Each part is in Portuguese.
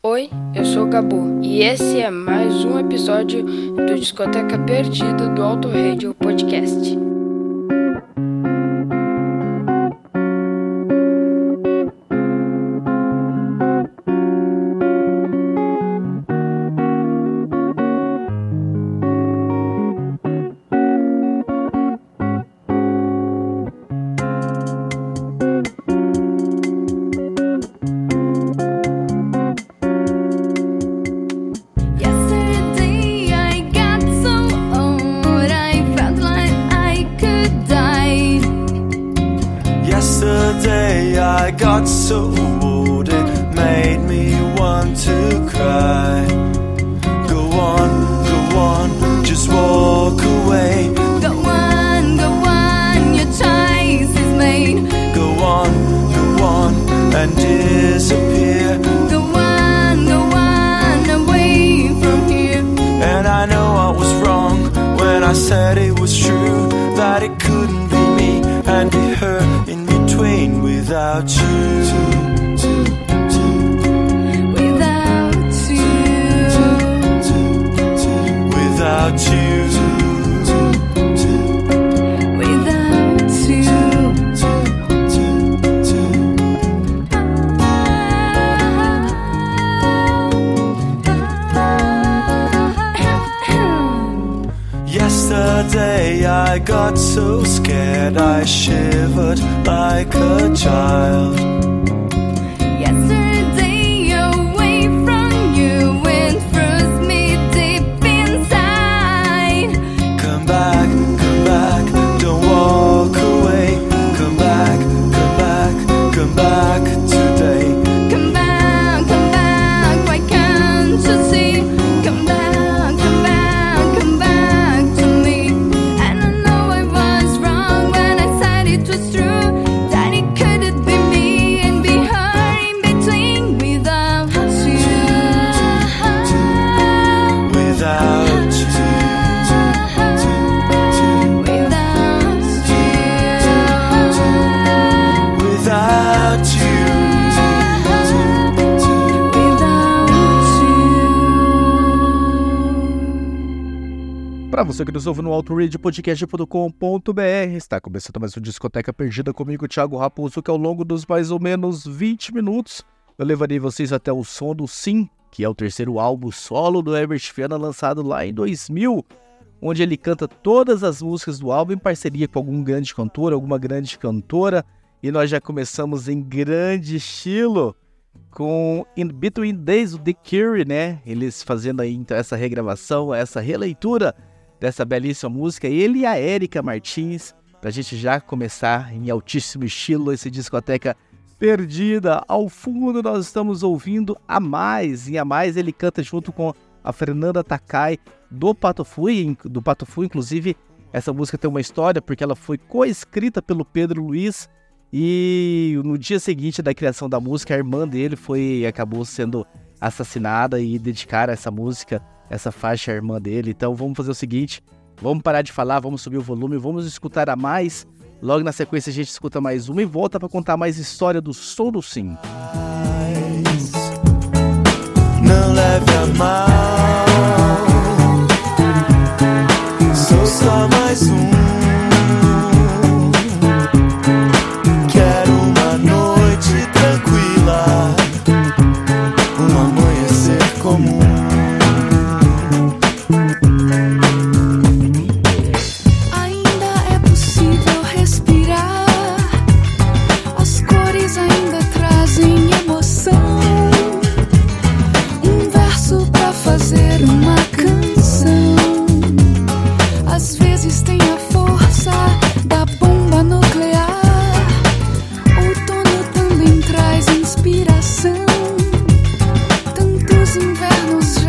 Oi, eu sou o Gabu e esse é mais um episódio do Discoteca Perdida do Auto Radio Podcast. I got so old it made me want to cry. Go on, just walk away. Go on, your choice is made. Go on, and disappear. Go on, away from here. And I know I was wrong when I said it was true, that it couldn't be me and be her in between without you. Without you. Yesterday I got so scared I shivered like a child. Yesterday away from you it froze me deep inside. Come back, don't walk away. Come back today. Come back, why can't you see? Come back to me. And I know I was wrong when I said it was true, that it couldn't be me and be her in between without you. Without you. Para você que nos ouve no autoradiopodcast.com.br, está começando mais um Discoteca Perdida comigo, Thiago Raposo, que ao longo dos mais ou menos 20 minutos eu levarei vocês até o som do Sim, que é o terceiro álbum solo do Herbert Viana, lançado lá em 2000, onde ele canta todas as músicas do álbum em parceria com algum grande cantor, alguma grande cantora, e nós já começamos em grande estilo com In Between Days of The Cure, né? Eles fazendo aí então essa regravação, essa releitura dessa belíssima música, ele e a Érica Martins, pra gente já começar em altíssimo estilo esse Discoteca Perdida. Ao fundo nós estamos ouvindo A Mais, e A Mais ele canta junto com a Fernanda Takai do Pato Fu, inclusive essa música tem uma história porque ela foi coescrita pelo Pedro Luiz, e no dia seguinte da criação da música a irmã dele acabou sendo assassinada, e dedicaram essa música, essa faixa à irmã dele. Então vamos fazer o seguinte, vamos parar de falar, vamos subir o volume, vamos escutar A Mais. Logo na sequência a gente escuta mais uma e volta para contar mais história do som do Sim. Não leve a mal, sou só mais um. Quero uma noite tranquila, um amanhecer comum. Fazer uma canção, às vezes tem a força da bomba nuclear. Outono também traz inspiração, tantos invernos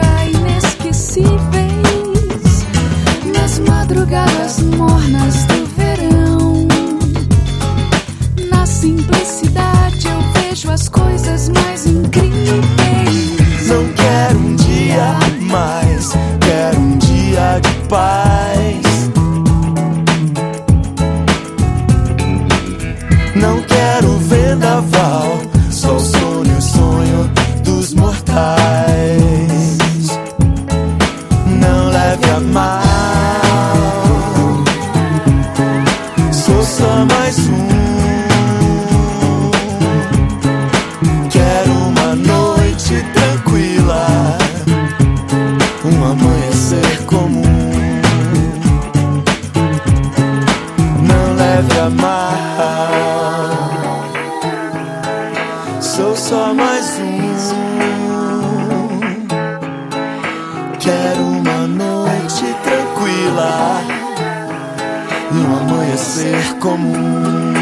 Quero uma noite tranquila e um amanhecer comum.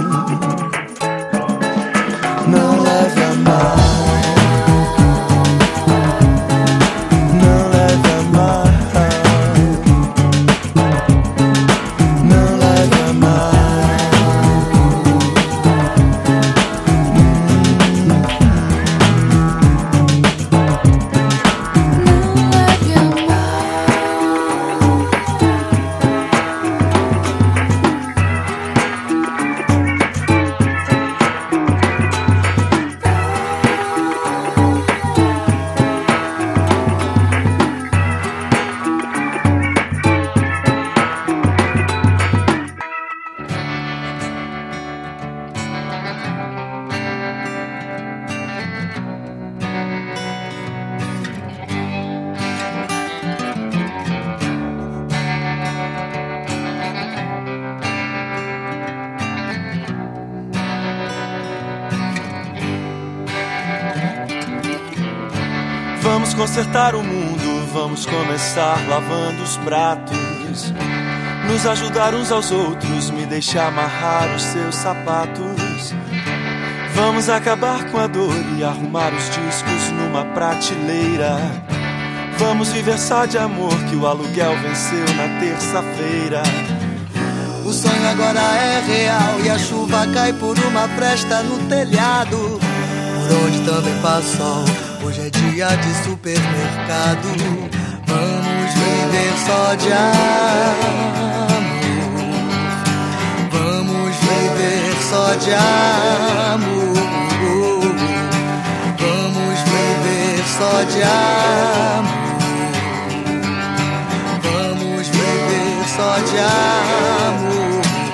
Não leve a mal, não leve a mal, não leve a mal. Vamos consertar o mundo, vamos começar lavando os pratos, nos ajudar uns aos outros, me deixar amarrar os seus sapatos. Vamos acabar com a dor e arrumar os discos numa prateleira. Vamos viver só de amor, que o aluguel venceu na terça-feira. O sonho agora é real e a chuva cai por uma fresta no telhado, por onde também passa sol. Hoje é dia de supermercado. Vamos viver só de amor. Vamos viver só de amor. Vamos viver só de amor. Vamos viver só de amor.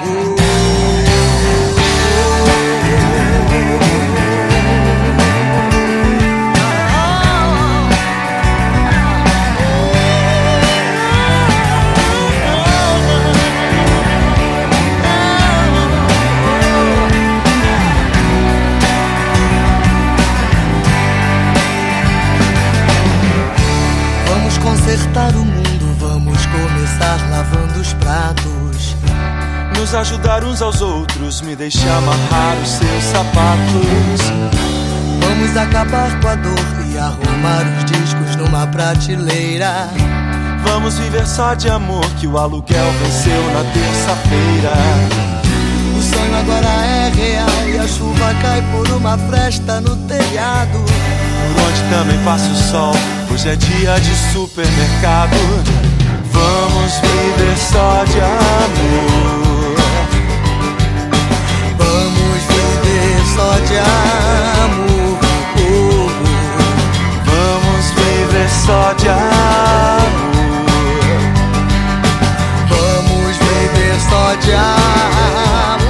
Consertar o mundo, vamos começar lavando os pratos, nos ajudar uns aos outros, me deixar amarrar os seus sapatos. Vamos acabar com a dor e arrumar os discos numa prateleira. Vamos viver só de amor, que o aluguel venceu na terça-feira. O sonho agora é real e a chuva cai por uma fresta no telhado, por onde também passa o sol. Hoje é dia de supermercado. Vamos viver só de amor. Vamos viver só de amor. Vamos viver só de amor. Vamos viver só de amor.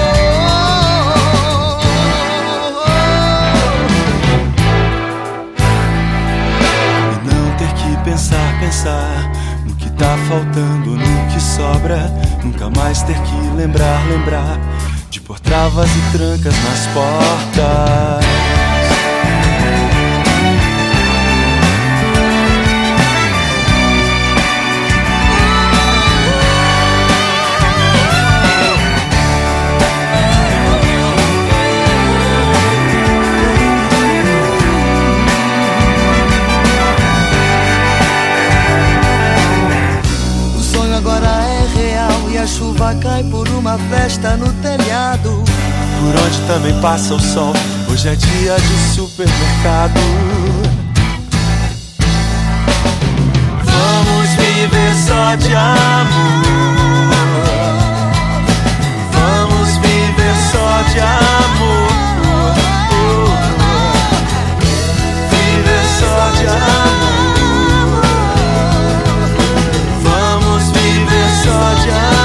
Pensar no que tá faltando, no que sobra. Nunca mais ter que lembrar de pôr travas e trancas nas portas. A chuva cai por uma festa no telhado, por onde também passa o sol. Hoje é dia de supermercado. Vamos viver só de amor. Vamos viver só de amor. Viver só de amor. Vamos viver só de amor.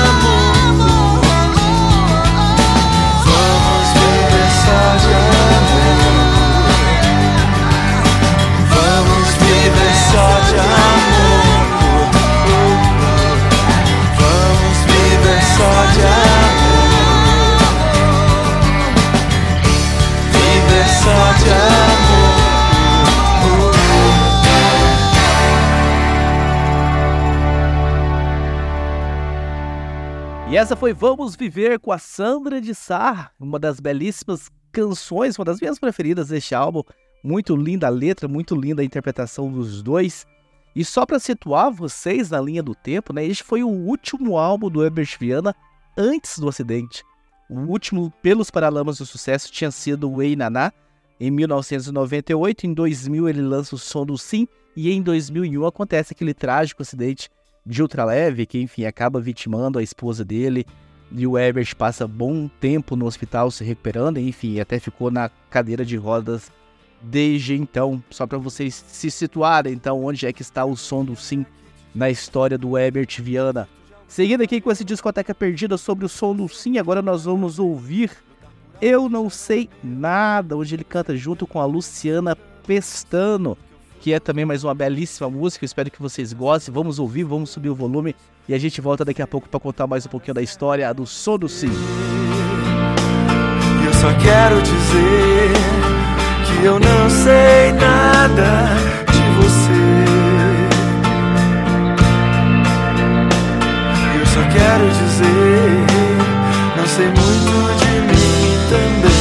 E essa foi Vamos Viver com a Sandra de Sá, uma das belíssimas canções, uma das minhas preferidas deste álbum. Muito linda a letra, muito linda a interpretação dos dois. E só para situar vocês na linha do tempo, né, este foi o último álbum do Herbert Viana antes do acidente. O último pelos Paralamas do Sucesso tinha sido o Ei Naná, em 1998. Em 2000 ele lança o Som do Sim, e em 2001 acontece aquele trágico acidente de ultraleve, que enfim acaba vitimando a esposa dele, e o Herbert passa bom tempo no hospital se recuperando, enfim, até ficou na cadeira de rodas desde então. Só para vocês se situarem, então, onde é que está o Som do Sim na história do Herbert Viana. Seguindo aqui com esse Discoteca Perdida sobre o Som do Sim, agora nós vamos ouvir Eu Não Sei Nada, onde ele canta junto com a Luciana Pestano, que é também mais uma belíssima música. Eu espero que vocês gostem. Vamos ouvir, vamos subir o volume e a gente volta daqui a pouco para contar mais um pouquinho da história do Som do Sim. Eu só quero dizer que eu não sei nada de você. Eu só quero dizer, não sei muito de mim também.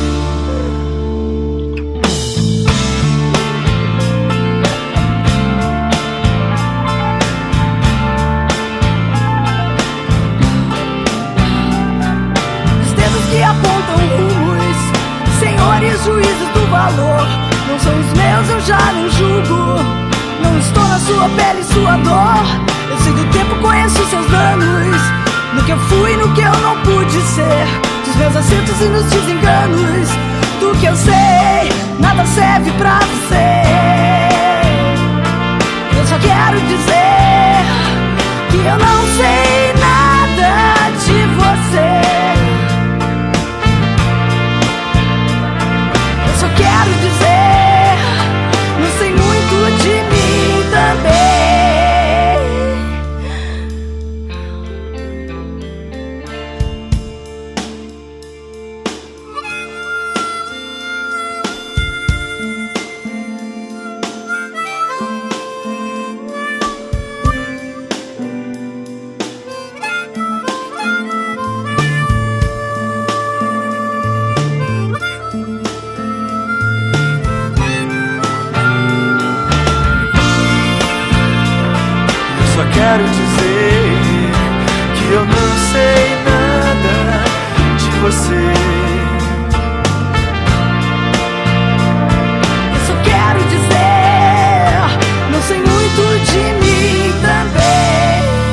Juízes do valor não são os meus, eu já não julgo. Não estou na sua pele, sua dor. Eu sei do tempo, conheço seus danos. No que eu fui, no que eu não pude ser. Dos meus acertos e nos desenganos. Do que eu sei, nada serve pra você. Eu só quero dizer que eu não sei nada de você. Quero dizer, não sei muito de mim também. Quero dizer que eu não sei nada de você. Eu só quero dizer, não sei muito de mim também.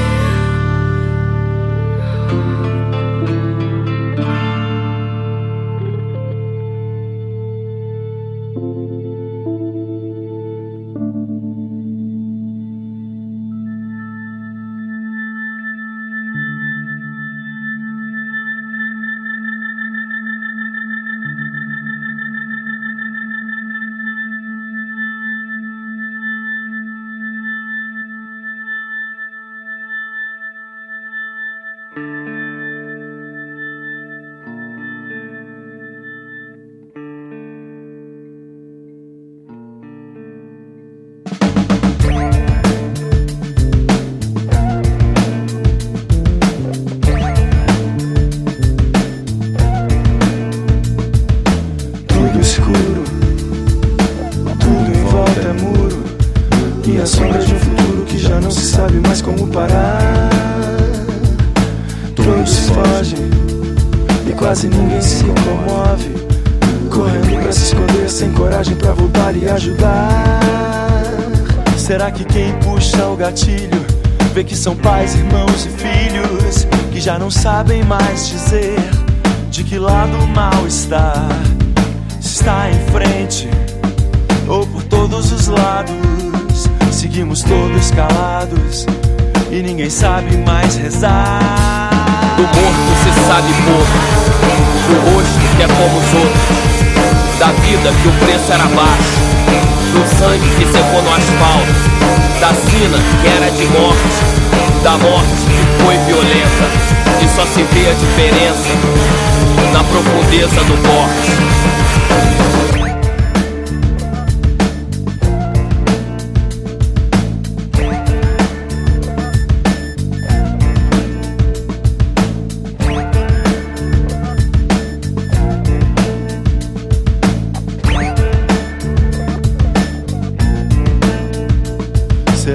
Quase ninguém se comove, correndo pra se esconder, sem coragem pra voltar e ajudar. Será que quem puxa o gatilho vê que são pais, irmãos e filhos que já não sabem mais dizer de que lado o mal está? Se está em frente ou por todos os lados, seguimos todos calados e ninguém sabe mais rezar. Do morto se sabe pouco, do rosto que é como os outros, da vida que o preço era baixo, do sangue que secou no asfalto, da sina que era de morte, da morte que foi violenta, e só se vê a diferença na profundeza do corte.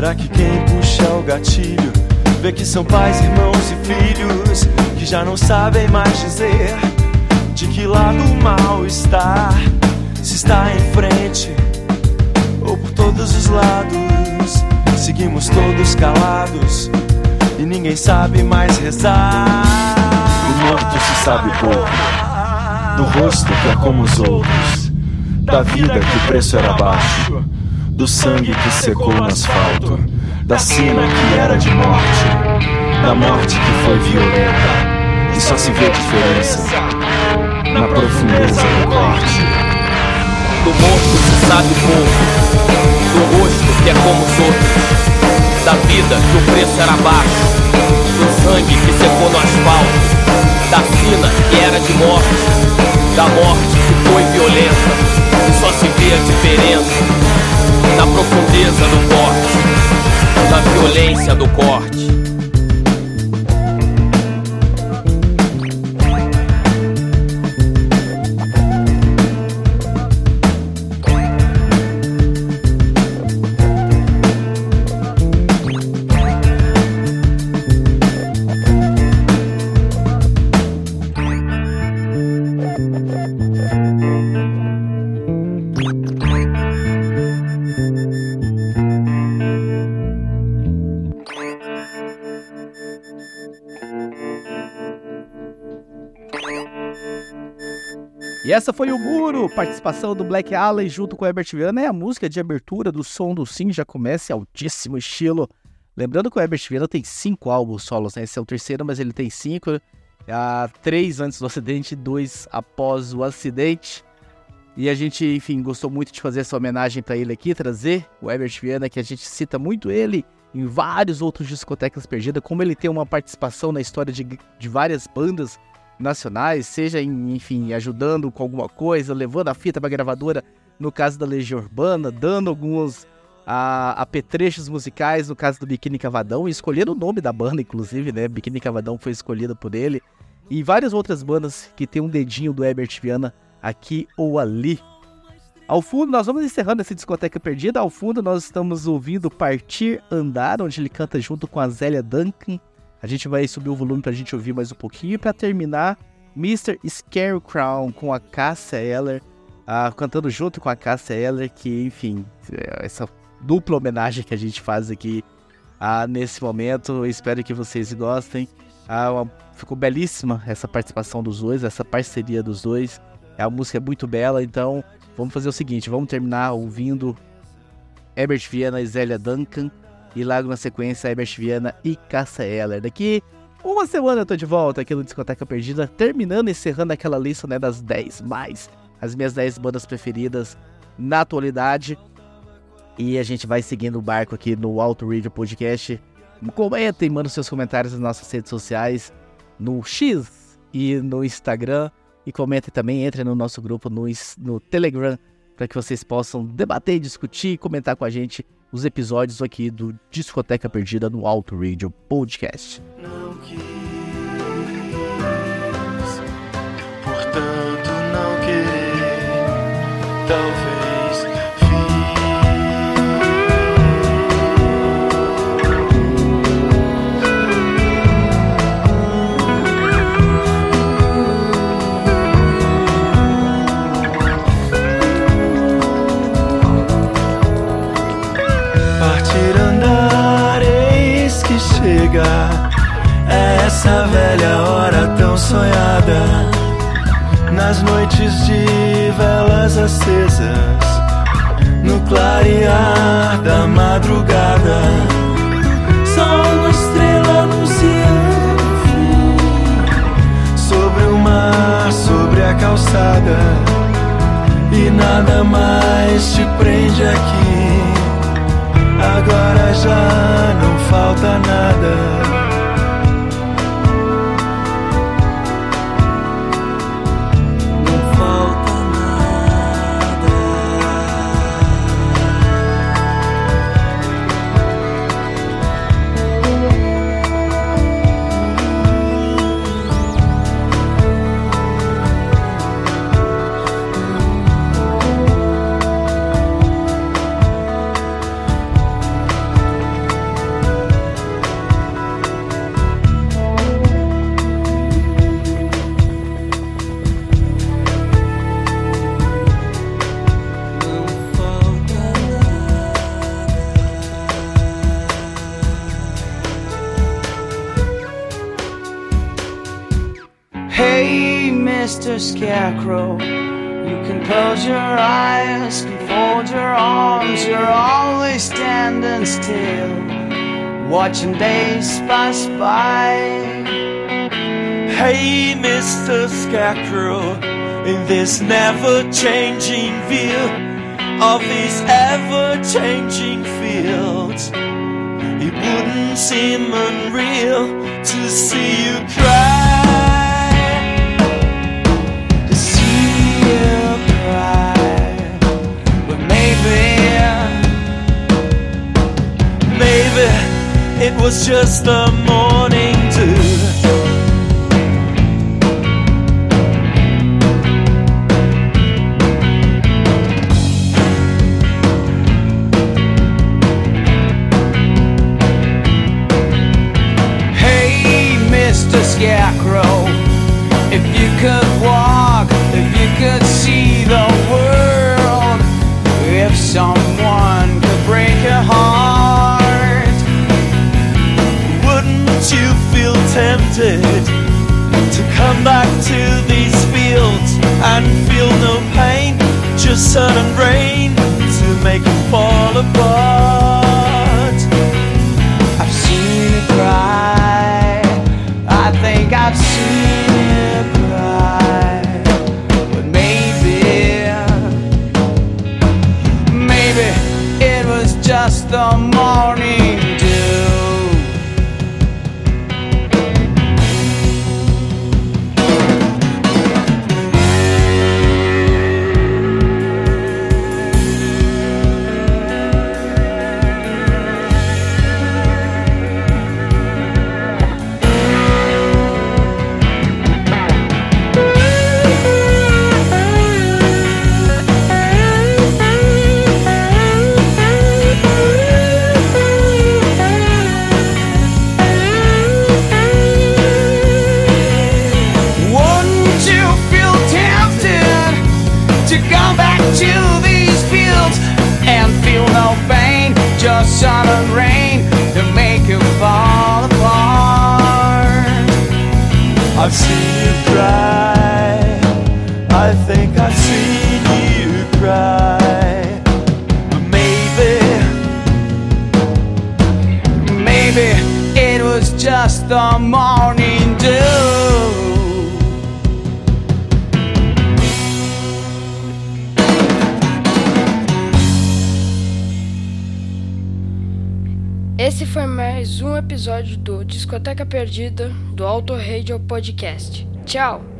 Será que quem puxa o gatilho vê que são pais, irmãos e filhos que já não sabem mais dizer de que lado o mal está, se está em frente ou por todos os lados? Seguimos todos calados e ninguém sabe mais rezar. Do morto se sabe pouco, do rosto que é como os outros, da vida que o preço era baixo, do sangue que secou no asfalto, da sina que era de morte, da morte que foi violenta, e só se vê diferença na profundeza do corte. Do morto se sabe pouco, do rosto que é como os outros, da vida que o preço era baixo, do sangue que secou no asfalto, da sina que era de morte, da morte que foi violenta, e só se vê a diferença na profundeza do corte, da violência do corte. E essa foi o Muro, participação do Black Allen junto com o Herbert Viana. É a música de abertura do Som do Sim, já começa em altíssimo estilo. Lembrando que o Herbert Viana tem 5 álbuns solos, né? Esse é o terceiro, mas ele tem 5. 3 antes do acidente, 2 após o acidente. E a gente, enfim, gostou muito de fazer essa homenagem para ele aqui, trazer o Herbert Viana, que a gente cita muito ele em vários outros discotecas perdidas, como ele tem uma participação na história de várias bandas nacionais, seja enfim, ajudando com alguma coisa, levando a fita pra gravadora, no caso da Legião Urbana, dando alguns apetrechos musicais, no caso do Biquíni Cavadão, e escolhendo o nome da banda, inclusive, né? Biquíni Cavadão foi escolhida por ele, e várias outras bandas que tem um dedinho do Herbert Viana aqui ou ali. Ao fundo, nós vamos encerrando essa discoteca perdida. Ao fundo, nós estamos ouvindo Partir Andar, onde ele canta junto com a Zélia Duncan. A gente vai subir o volume pra gente ouvir mais um pouquinho. E pra terminar, Mr. Scarecrow com a Cássia Eller, cantando junto com a Cássia Eller, que, enfim, essa dupla homenagem que a gente faz aqui nesse momento. Eu espero que vocês gostem. Ficou belíssima essa participação dos dois, essa parceria dos dois. A música é muito bela, então vamos fazer o seguinte, vamos terminar ouvindo Herbert Viana e Zélia Duncan. E logo na sequência, Herbert Viana e Cássia Eller. Daqui uma semana eu tô de volta aqui no Discoteca Perdida, terminando e encerrando aquela lista, né, das 10 as minhas 10 bandas preferidas na atualidade. E a gente vai seguindo o barco aqui no Auto Radio Podcast. Comentem, mandem seus comentários nas nossas redes sociais, no X e no Instagram. E comentem também, entrem no nosso grupo no Telegram, para que vocês possam debater, discutir e comentar com a gente os episódios aqui do Discoteca Perdida no Auto Radio Podcast. Não quis, portanto não querer, talvez fiz. Partir andar, eis que chega essa velha hora tão sonhada, nas noites de velas acesas, no clarear da madrugada, só uma estrela anunciando o fim, sobre o mar, sobre a calçada, e nada mais te prende aqui. Agora já não falta nada. Não falta nada. Mr. Scarecrow. You can close your eyes and fold your arms. You're always standing still, watching days pass by. Hey, Mr. Scarecrow, in this never-changing view of these ever-changing fields, it wouldn't seem unreal to see you cry, To see you cry. But maybe it was just the morning dew. Scarecrow, if you could walk, if you could see the world, if someone could break your heart, wouldn't you feel tempted to come back to these fields and feel no pain, just sun and rain to make it fall apart? I've seen it cry, I think I've seen it cry. But maybe it was just the morning dew. To come back to these fields and feel no pain, just sun and rain to make it fall apart. I've seen you cry, I think I've seen you cry. But maybe it was just the morning dew. Esse foi mais um episódio do Discoteca Perdida do Auto Radio Podcast. Tchau!